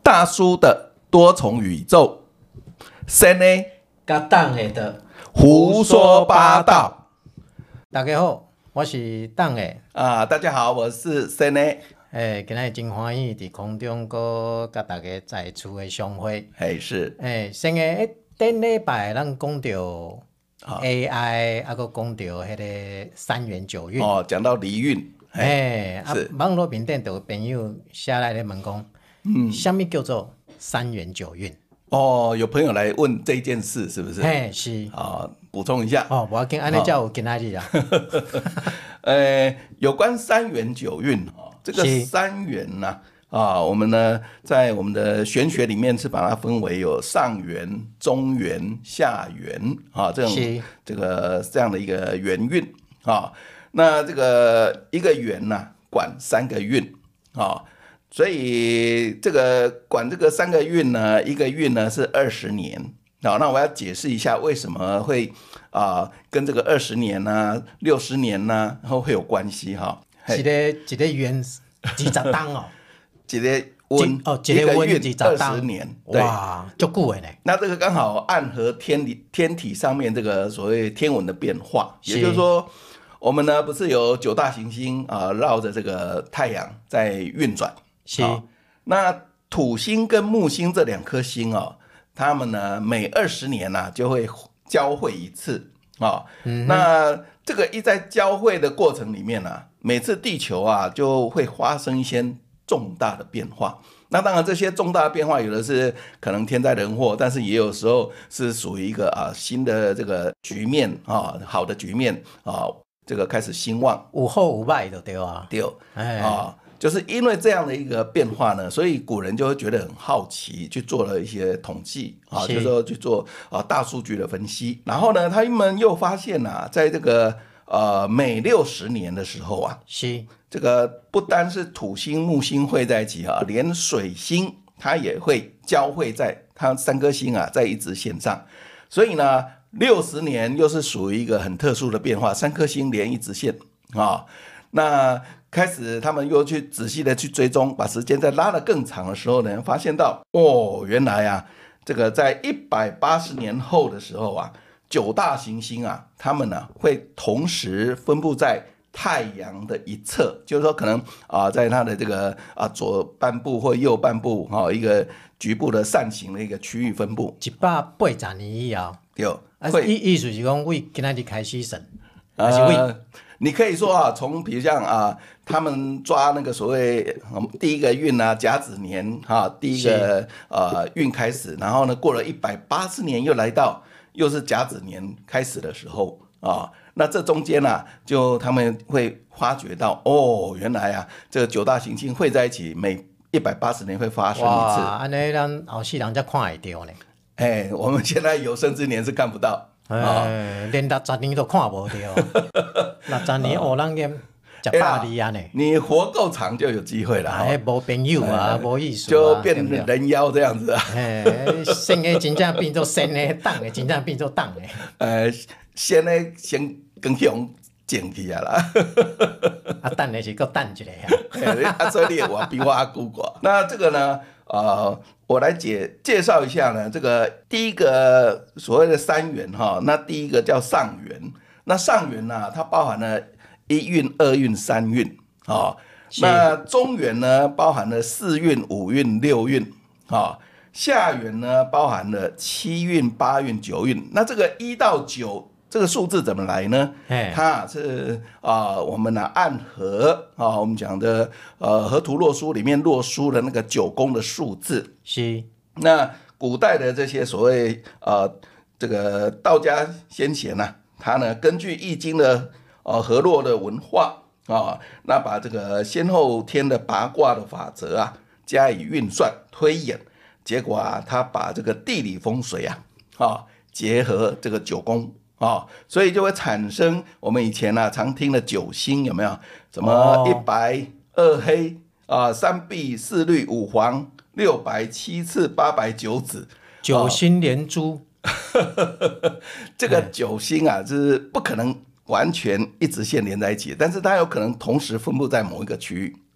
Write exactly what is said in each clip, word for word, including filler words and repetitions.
大叔的多重宇宙，森 A 甲党下的胡说八道。 大家好，我是党的啊，大家好，我是森 A。 诶，今日真欢喜伫空中搁甲大家再次的相会。 哎，是诶，先个顶礼拜咱讲到 A I， 啊，搁讲到迄个三元九运。 哦，讲到离运。 诶，啊，网络面顶就有朋友写来咧问讲，嗯，什么叫做三元九运？ 哦，有朋友来问这件事，是不是？ 嘿，是。 啊，补充一下。 哦，无要紧，安尼才有今仔日啊。 呃，有关三元九运哦，这个三元呢、啊，啊，我们呢在我们的玄学里面是把它分为有上元、中元、下元啊，这种这个这样的一个元运啊。那这个一个元呢、啊，管三个运啊，所以这个管这个三个运呢，一个运呢是二十年。好，那我要解释一下为什么会啊、呃、跟这个二十年呐、啊、六十年呐、啊，然后会有关系哈。 一个一个元二十档哦， 一个温哦，一个温二十年， 哇，足久的呢。 那这个刚好暗合天理天体上面这个所谓天文的变化，也就是说，我们呢不是有九大行星啊、呃、绕着这个太阳在运转， 是、 哦。那土星跟木星这两颗星哦。他们呢，每二十年呢、啊、就会交汇一次啊、哦嗯。那这个一在交汇的过程里面呢、啊，每次地球啊就会发生一些重大的变化。那当然，这些重大的变化有的是可能天灾人祸，但是也有时候是属于一个啊新的这个局面啊，好的局面啊，这个开始兴旺， 有好有坏就对啊， 对啊。就是因为这样的一个变化呢，所以古人就会觉得很好奇，去做了一些统计啊，就是说去做啊大数据的分析。然后呢，他们又发现啊，在这个呃每六十年的时候啊， 是这个不单是土星、木星会在一起啊，连水星它也会交汇在它三颗星啊在一直线上。所以呢，六十年又是属于一个很特殊的变化，三颗星连一直线啊，那。开始他们又去仔细的去追踪，把时间再拉得更长的时候呢，发现到哦，原来啊，这个在一百八十年后的时候啊，九大行星啊，它们呢、啊、会同时分布在太阳的一侧，就是说可能啊，在它的这个啊左半部或右半部哈、哦、一个局部的扇形的一个区域分布。 一百八十年以后， 有， 意意思是讲为今仔日开始算， 还是为？呃你可以说啊，从比如像啊，他们抓那个所谓、嗯、第一个运啊，甲子年啊，第一个呃运开始，然后呢，过了一百八十年又来到又是甲子年开始的时候啊，那这中间啊，就他们会发觉到哦，原来啊，这个九大行星会在一起，每一百八十年会发生一次。 哇，安尼咱后世人才看会到呢。 哎，我们现在有生之年是看不到。 哎、哦，连六十年都看不到，六十年哦，咱连一百年啊呢。 你活够长就有机会了。 哎，无朋友啊，无、哎、意思、啊， 就变人妖这样子啊。 哎，先的真正变做先的，党的真正变做党的。 呃，先的先跟熊捡起来啦。 啊，等的是够等一个啊。啊，所以你我比我久过。那这个呢，呃。我来介介绍一下呢，这个第一个所谓的三元哈，那第一个叫上元，那上元呢、啊，它包含了一运、二运、三运啊，那中元呢包含了四运、五运、六运啊，下元呢包含了七运、八运、九运，那这个一到九。这个数字怎么来呢？它是啊、呃，我们呢、啊、按合啊，我们讲的呃河图洛书里面洛书的那个九宫的数字。 是。 那古代的这些所谓呃这个道家先贤呢、啊，他呢根据易经的呃河洛的文化啊，那把这个先后天的八卦的法则啊加以运算推演，结果啊，他把这个地理风水啊啊结合这个九宫。哦，所以就会产生我们以前啊常听的九星，有没有？什么一白二黑啊，三碧四绿五黄六白七赤八白九紫， 九星连珠。 哦、这个九星啊，就是不可能完全一直线连在一起，但是它有可能同时分布在某一个区域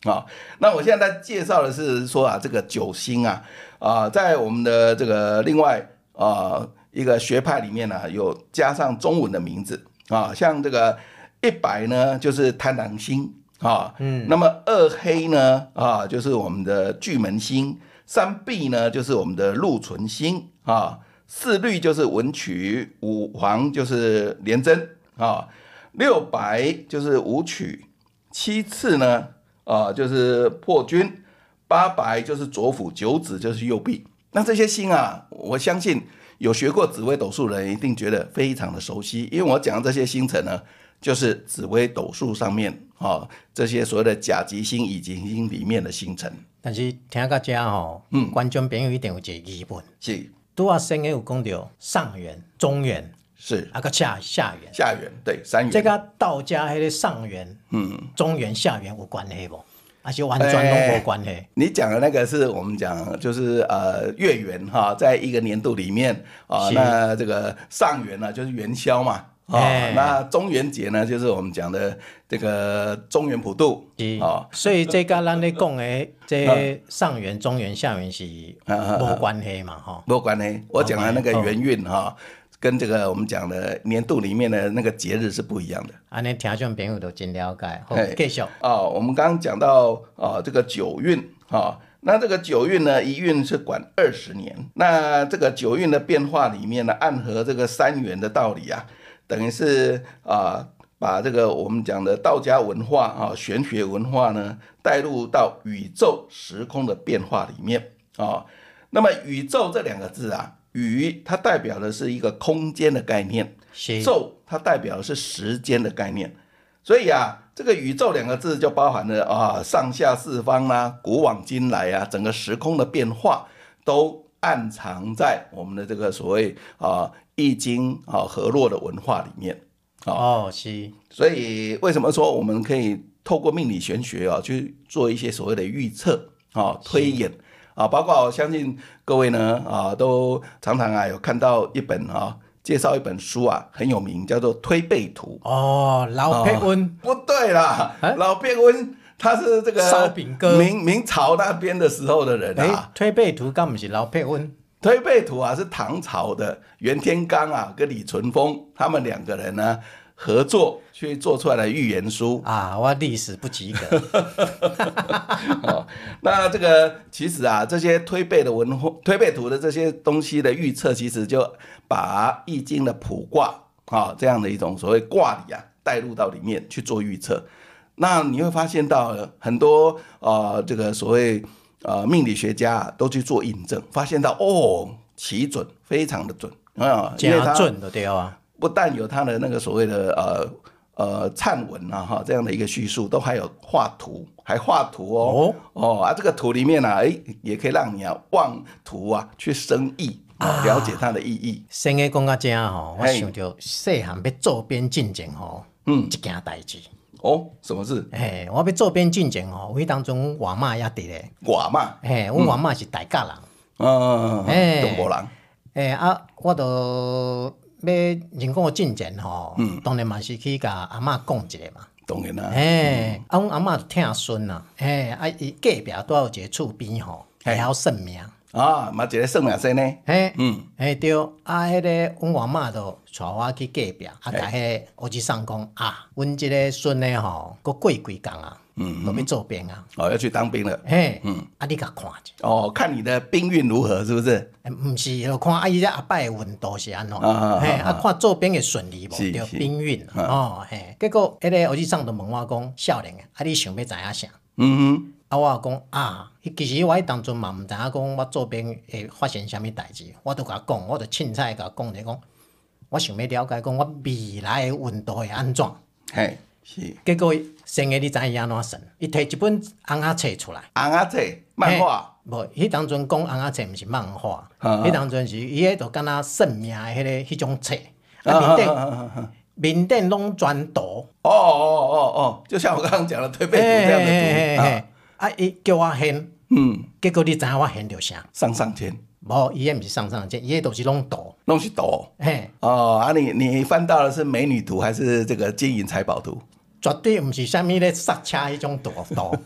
啊，那我现在在介绍的是说啊，这个九星啊，啊，在我们的这个另外啊一个学派里面呢、啊，有加上中文的名字啊，像这个一白呢就是贪狼星啊，嗯，那么二黑呢啊就是我们的巨门星，三碧呢就是我们的禄存星啊，四绿就是文曲，五黄就是廉贞啊，六白就是武曲，七次呢。啊，就是破军，八白就是左辅，九子就是右弼。那这些星啊，我相信有学过紫微斗数的人一定觉得非常的熟悉，因为我讲的这些星辰呢，就是紫微斗数上面啊这些所谓的甲级星、乙级星里面的星辰。 但是听到这吼，嗯，观众朋友一定有一个疑问， 是， 拄啊先个有讲到上元、中元。 是， 啊个下下元， 下元对三元， 这个道家迄个上元、嗯、中元、下元有关系不？还是完全都无关系？欸、 你讲的那个是我们讲就是呃月圆哈，在一个年度里面啊、呃，那这个上元呢就是元宵嘛。哦，欸、那中元节呢，就是我们讲的这个中元普渡哦，所以这跟咱咧讲的这上元、中元、下元是无关系嘛，哈， 无关系。我讲的那个元运哈。跟这个我们讲的年度里面的那个节日是不一样的。 安尼听众朋友都真了解。好，继续。 哦，我们刚刚讲到啊、哦，这个九运啊、哦，那这个九运呢，一运是管二十年。那这个九运的变化里面呢，暗合这个三元的道理啊，等于是啊、呃，把这个我们讲的道家文化啊、玄学文化呢，带入到宇宙时空的变化里面啊、哦。那么宇宙这两个字啊。宇它代表的是一个空间的概念，宙它代表的是时间的概念，所以啊，这个宇宙两个字就包含了啊上下四方啊、古往今来啊，整个时空的变化都暗藏在我们的这个所谓啊易经啊河洛的文化里面。 哦，是。 所以为什么说我们可以透过命理玄学啊去做一些所谓的预测啊推演？啊，包括我相信各位呢，啊，都常常啊有看到一本啊介绍一本书啊很有名，叫做《推背图》。 哦，老撇温、 哦、不对啦，欸、老撇温他是这个烧饼哥明明朝那边的时候的人啊。 欸、推背图干不是老撇温？ 推背图啊是唐朝的袁天罡啊跟李淳风他们两个人呢。合作去做出来的预言书啊，我历史不及格。 哦，那这个其实啊，这些推背的文化、推背图的这些东西的预测，其实就把易经的卜卦啊这样的一种所谓卦理啊带入到里面去做预测。那你会发现到很多呃这个所谓呃命理学家、啊、都去做印证，发现到哦奇准，非常的准啊， 加准的对啊。 不但有他的那个所谓的呃呃忏文啊哈这样的一个叙述，都还有画图，还画图哦哦, 哦啊这个图里面啊，哎也可以让你啊望图啊去生意啊，了解它的意义。 先个讲到这吼，我想到细汉要做编进前吼，嗯，一件代志。 哦，什么事？ 嘿，我要做编进前吼，迄当中外妈也伫咧。 外妈？ 嘿，我外妈是大家人。 嗯，中国人。 诶啊，我都。要人讲进前吼，嗯、当然嘛是去甲阿嬷讲一下嘛。 当然啦。 嘿，啊，阮阿嬷就疼孙啦，嘿，啊，伊隔壁拄有一个厝边吼，会晓算命。 啊，嘛一个算命先呢。 嘿，嗯，嘿对，啊，迄、那个阮外嬷就带我去隔壁，啊，甲迄个胡志桑讲啊，阮即个孙呢吼，佫过几工啊。嗯，都要做兵啊！ 哦，要去当兵了。 嘿，嗯，啊，你甲看者。 哦，看你的兵运如何，是不是？ 诶，毋是，就看啊，伊这阿伯的运度是安怎？嘿，啊，看做兵会顺利无？着兵运哦，嘿。结果迄个我去上就问我讲，少年啊，你想要知影啥？嗯哼。啊，我讲啊，其實我迄當陣嘛毋知影講我做兵會發生啥物代志，我都甲講，我就凊彩甲講者講，我想要了解講我未來的運道會安怎？ 嘿。是， 結果先個你知伊安怎算？伊摕一本紅仔冊出來， 紅仔冊漫畫， 無，迄當陣講紅仔冊毋是漫畫，迄當陣是伊迄就敢若算命的迄個迄種冊，啊面頂面頂攏全圖。 哦哦哦哦，就像我剛剛講的推背圖這樣的圖， 啊伊叫我獻，嗯，結果你知影我獻着啥？ 上上籤。 無，伊迄毋是上上籤，伊迄都是攏圖， 攏是圖。 嘿， 哦，啊你你翻到的是美女圖還是這個金銀財寶圖？ 絕對毋是啥物咧剎車迄種圖圖。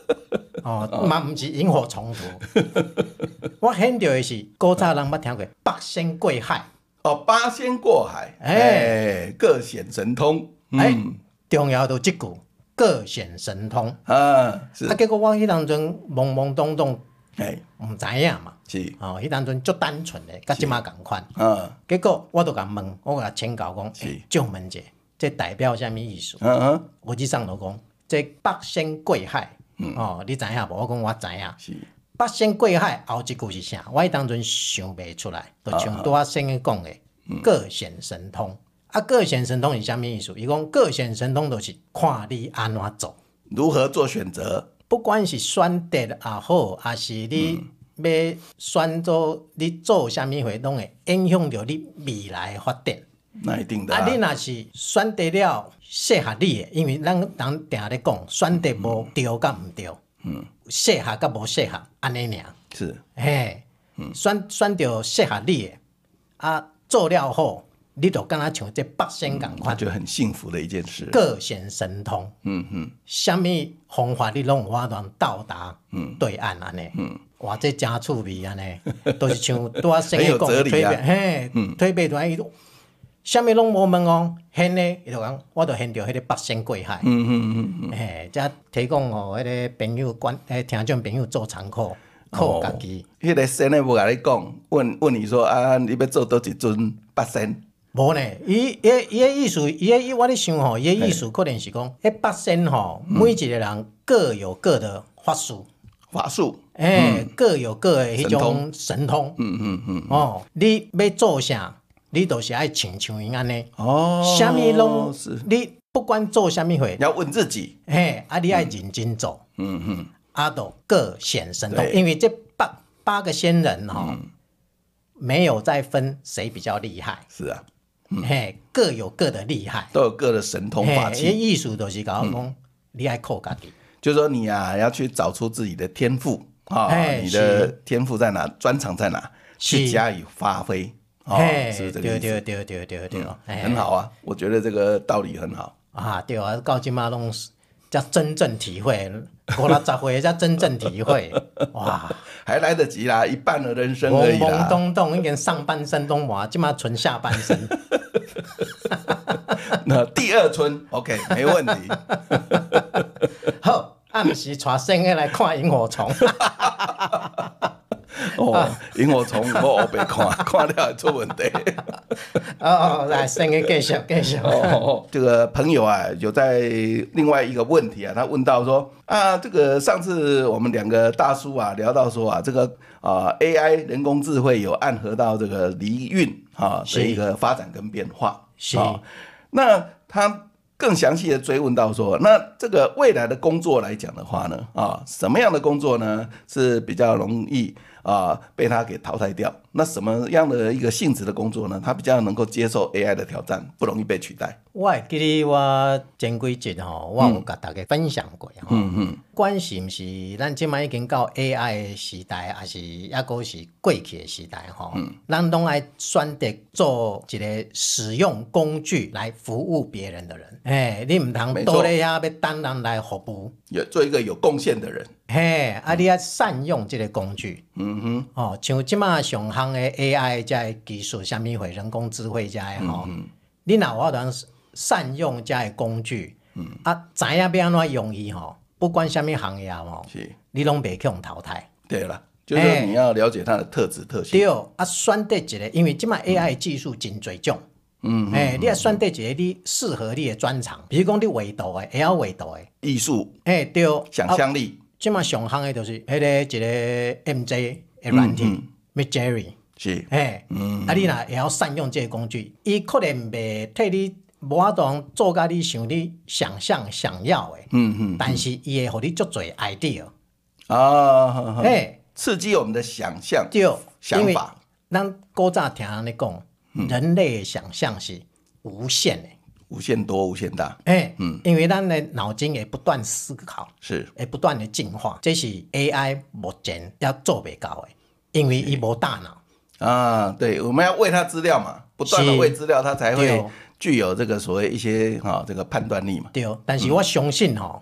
哦，嘛毋是萤火虫图。我显着的是古早人捌听过八仙过海。 哦，八仙过海，哎、欸，各显神通。 哎、嗯欸，重要就这句各显神通啊。是啊，结果我迄当阵懵懵懂懂， 哎， 毋知影嘛。 是哦，迄当阵足单纯的，甲即马共款。 啊， 结果我就甲问，我甲请教讲，是将问者，这代表啥物意思？ 嗯嗯， 我去上头讲，这八仙过海。嗯、哦，你知影无？我讲我知影。 是八仙过海后一句是啥？我迄当阵想袂出来，就像拄仔先个讲的，各显神通。啊，各显神通是啥物意思？伊讲各显神通就是看你安怎做， 如何做选择。 不管是选择也好，还是你要选做你做啥物活动，会影响到你未来的发展。 那一定的啊！ 啊，你若是选择了适合你的，因为咱人定咧讲，选择无对甲毋对，嗯，适合甲无适合，安尼尔。 是， 嘿，嗯、选选到适合你的，啊，做了好，你就敢若像这八仙共款， 就很幸福的一件事。 各显神通，嗯嗯，啥物方法你拢有法通到达对岸安尼，嗯，哇，这真趣味安尼，都是像拄仔先讲的推背，嘿，推背段伊。啥物拢无问哦，现呢，伊就讲，我就现着迄个八仙过海。嗯嗯嗯嗯。嘿，则提供互迄个朋友观，诶，听众朋友做参考，靠家己。 迄、哦那个仙呢，无甲你讲，问问你说啊，你要做倒一尊八仙？ 无呢，伊伊伊个意思，伊个我咧想吼，伊个意思可能是讲，迄八仙吼，每一个人各有各的法术。 法术。 诶、嗯，各有各的迄种神通。嗯嗯嗯。哦，你要做啥？你就是爱亲像伊安尼，哦，啥物拢，你不管做啥物货， 要问自己， 嘿，啊，你爱认真做，嗯哼，啊，都各显神通，因为这八八个仙人哈、哦嗯，没有再分谁比较厉害， 是啊， 嗯、嘿，各有各的厉害， 都有各的神通法器， 意思就是讲，嗯、你爱靠家己， 就是说你啊要去找出自己的天赋啊，你的天赋在哪，专长在哪，去加以发挥。哦，是不是这个意思？ 对对对对对对、 嗯，很好啊，我觉得这个道理很好啊。对啊，到今嘛拢才真正体会，五六十岁才真正体会，哇， 还来得及啦，一半的人生而已啦。 懵懵懂懂，已经上半身都完，今嘛纯下半身。 那第二春 ，OK， 没问题。 好，暗时带生个来看萤火虫。 哦，萤火虫我别看，看了会出问题。 哦，来，先个继续继续。 哦，这个朋友啊，有在另外一个问题啊，他问到说啊，这个上次我们两个大叔啊聊到说啊，这个啊 A I 人工智慧有暗合到这个离运啊的一个发展跟变化。 是。 啊，那他更详细的追问到说，那这个未来的工作来讲的话呢，啊，什么样的工作呢是比较容易啊被他给淘汰掉？那什么样的一个性质的工作呢，他比较能够接受 A I 的挑战，不容易被取代？ 我会记得我前几集吼，我有甲大家分享过吼。嗯嗯。管是毋是咱即摆已经到 A I 的时代，还是抑个是过去的时代吼？嗯。咱拢爱选择做一个使用工具来服务别人的人。嘿，你毋通倒咧遐要等人来服务。 有做一个有贡献的人。 嘿，啊，你要善用这个工具。嗯哼。哦，像即摆上行的 A I 这个技术，啥物货人工智慧这个吼，嗯、你若有法通善用这个工具，嗯、啊，知影要安怎用伊吼，不管啥物行业吼，你拢袂去互淘汰。 对啦，就是说你要了解它的特质特性。 对，啊，选择一个，因为即摆 A I 技术真侪种。嗯，哎、欸，你要选择一个你适合你的专长，比如讲你画图的，会晓画图的， 艺术， 哎、欸，对， 想象力。 即摆上行的就是迄个一个 M J 的软体 ，Midjourney。是，哎，嗯，啊，你若会晓善用这个工具，伊可能袂替你无法度做甲你想你想象想要的，嗯嗯，但是伊会互你足侪 idea 啊，哎，刺激我们的想象， 对， 想法。 咱古早听人咧讲，人类的想象是无限的， 无限多，无限大。 哎、欸，嗯，因为咱的脑筋会不断思考， 是， 会不断的进化，这是 A I 目前要做不到的，因为伊无大脑。 啊，对，我们要喂它资料嘛，不断的喂资料，它才会具有这个所谓一些哈、哦、这个判断力嘛。 对，但是我相信哈、哦，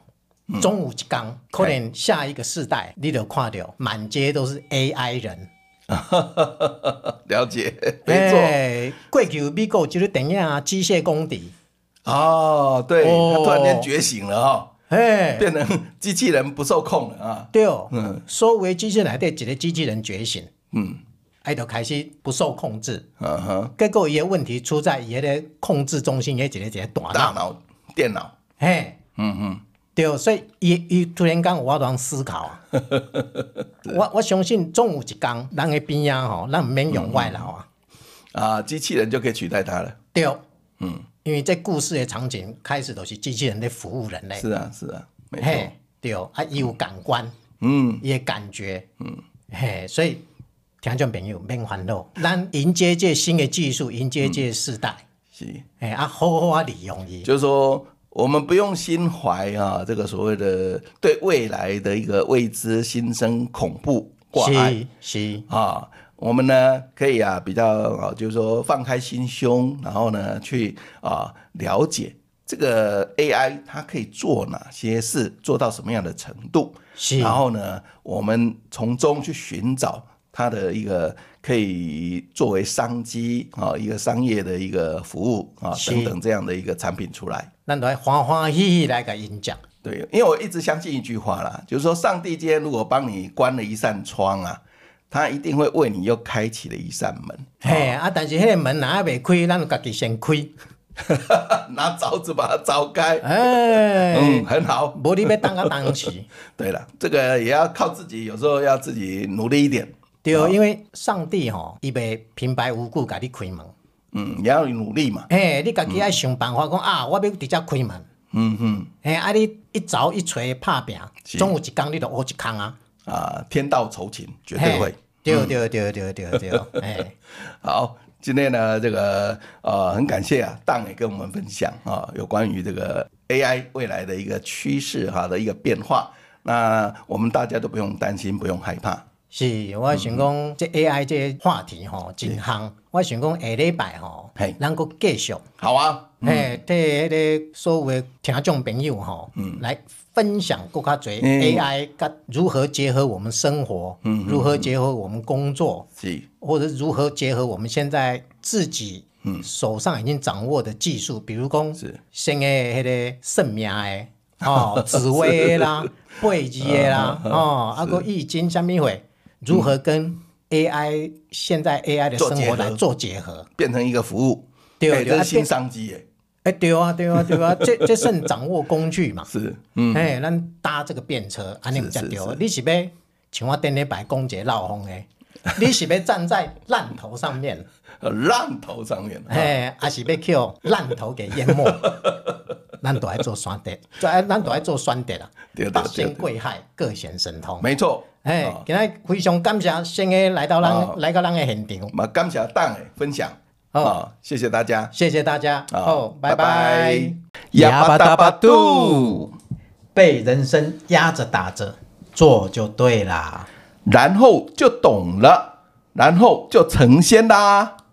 中午一天，可能下一个世代，你就看到满街都是 A I 人。 了解，没错。 欸、过去美国就是电影啊，机械公敌。 哦，对，哦、他突然间觉醒了哈、哦， 哎， 变成机器人不受控了啊。 对哦，嗯，所有的机器人内底一个机器人觉醒， 嗯， 哎，就开始不受控制。 嗯哼， 结果伊个问题出在伊个控制中心，伊一个一个大脑， 大脑电脑。 嘿， 嗯哼。 对，所以伊伊突然间有法通思考啊。我我相信总有一天，咱的边啊吼，咱唔免用外劳啊。 嗯、啊，机器人就可以取代它了。 对， 嗯， 因为这故事的场景开始都是机器人在服务人类。 是啊，是啊，没错。 对，啊，伊有感官， 嗯， 伊的感觉，嗯，嘿，所以听众朋友免烦恼，咱迎接这新的技术，迎接这世代， 是， 哎啊，好好啊利用伊。 就是说。我们不用心怀啊，这个所谓的对未来的一个未知心生恐怖挂碍， 是是啊，我们呢可以啊比较啊，就是说放开心胸，然后呢去啊了解这个 A I 它可以做哪些事，做到什么样的程度，然后呢我们从中去寻找它的一个可以作为商机啊，一个商业的一个服务啊等等这样的一个产品出来。 咱都要欢欢喜喜来个演讲。 对，因为我一直相信一句话啦，就是说，上帝今天如果帮你关了一扇窗啊，他一定会为你又开启了一扇门。 嘿、哦、啊，但是那个门哪还没开，咱就自己先开， 拿凿子把它凿开。 哎， 嗯，很好。 无你要当个当时。 对了，这个也要靠自己，有时候要自己努力一点。 对，哦、因为上帝吼、哦，伊袂平白无故给你开门。 嗯，也要努力嘛。 嘿，你家己爱想办法讲、嗯、啊，我要直接开门。 嗯哼。 嘿，啊，你一凿一锤拍拼，总有一天你就挖一坑啊。 啊，天道酬勤，绝对会。 对对对对对对。哎， 好，今天呢，这个呃，很感谢啊，当也跟我们分享啊，有关于这个 A I 未来的一个趋势哈的一个变化。那我们大家都不用担心，不用害怕。 是，我想讲、嗯、这 A I 这个话题吼真夯，我想讲下礼拜吼，咱阁继续。 好啊， 嘿，对迄个所有的听众朋友吼，嗯，来分享更较多 A I 甲如何结合我们生活，嗯，如何结合我们工作， 是， 或者如何结合我们现在自己嗯手上已经掌握的技术，比如讲是新的迄个算命的哦，紫微啦、八字的啦，哦，啊个易经什么货。如何跟 A I、嗯、现在 A I 的生活来做结合，变成一个服务， 对对， 这是新商机耶！ 哎，对啊，对啊，对啊，这这算掌握工具嘛？ 是，嗯， 哎，咱搭这个便车，安尼才对。你是要像我顶礼拜讲一个闹风的，你是要站在烂头上面， 烂头上面， 哎，还是要叫烂头给淹没？咱都爱做选择，咱都爱做选择啦。八仙贵海，各显神通。 没错。 哎，今日非常感谢先个来到咱、哦、来到咱的现场， 嘛感谢党的分享，哦，哦谢谢大家， 谢谢大家，哦，哦拜拜。 哑巴大巴肚， 被人生压着打着，做就对啦， 然后就懂了，然后就成仙啦。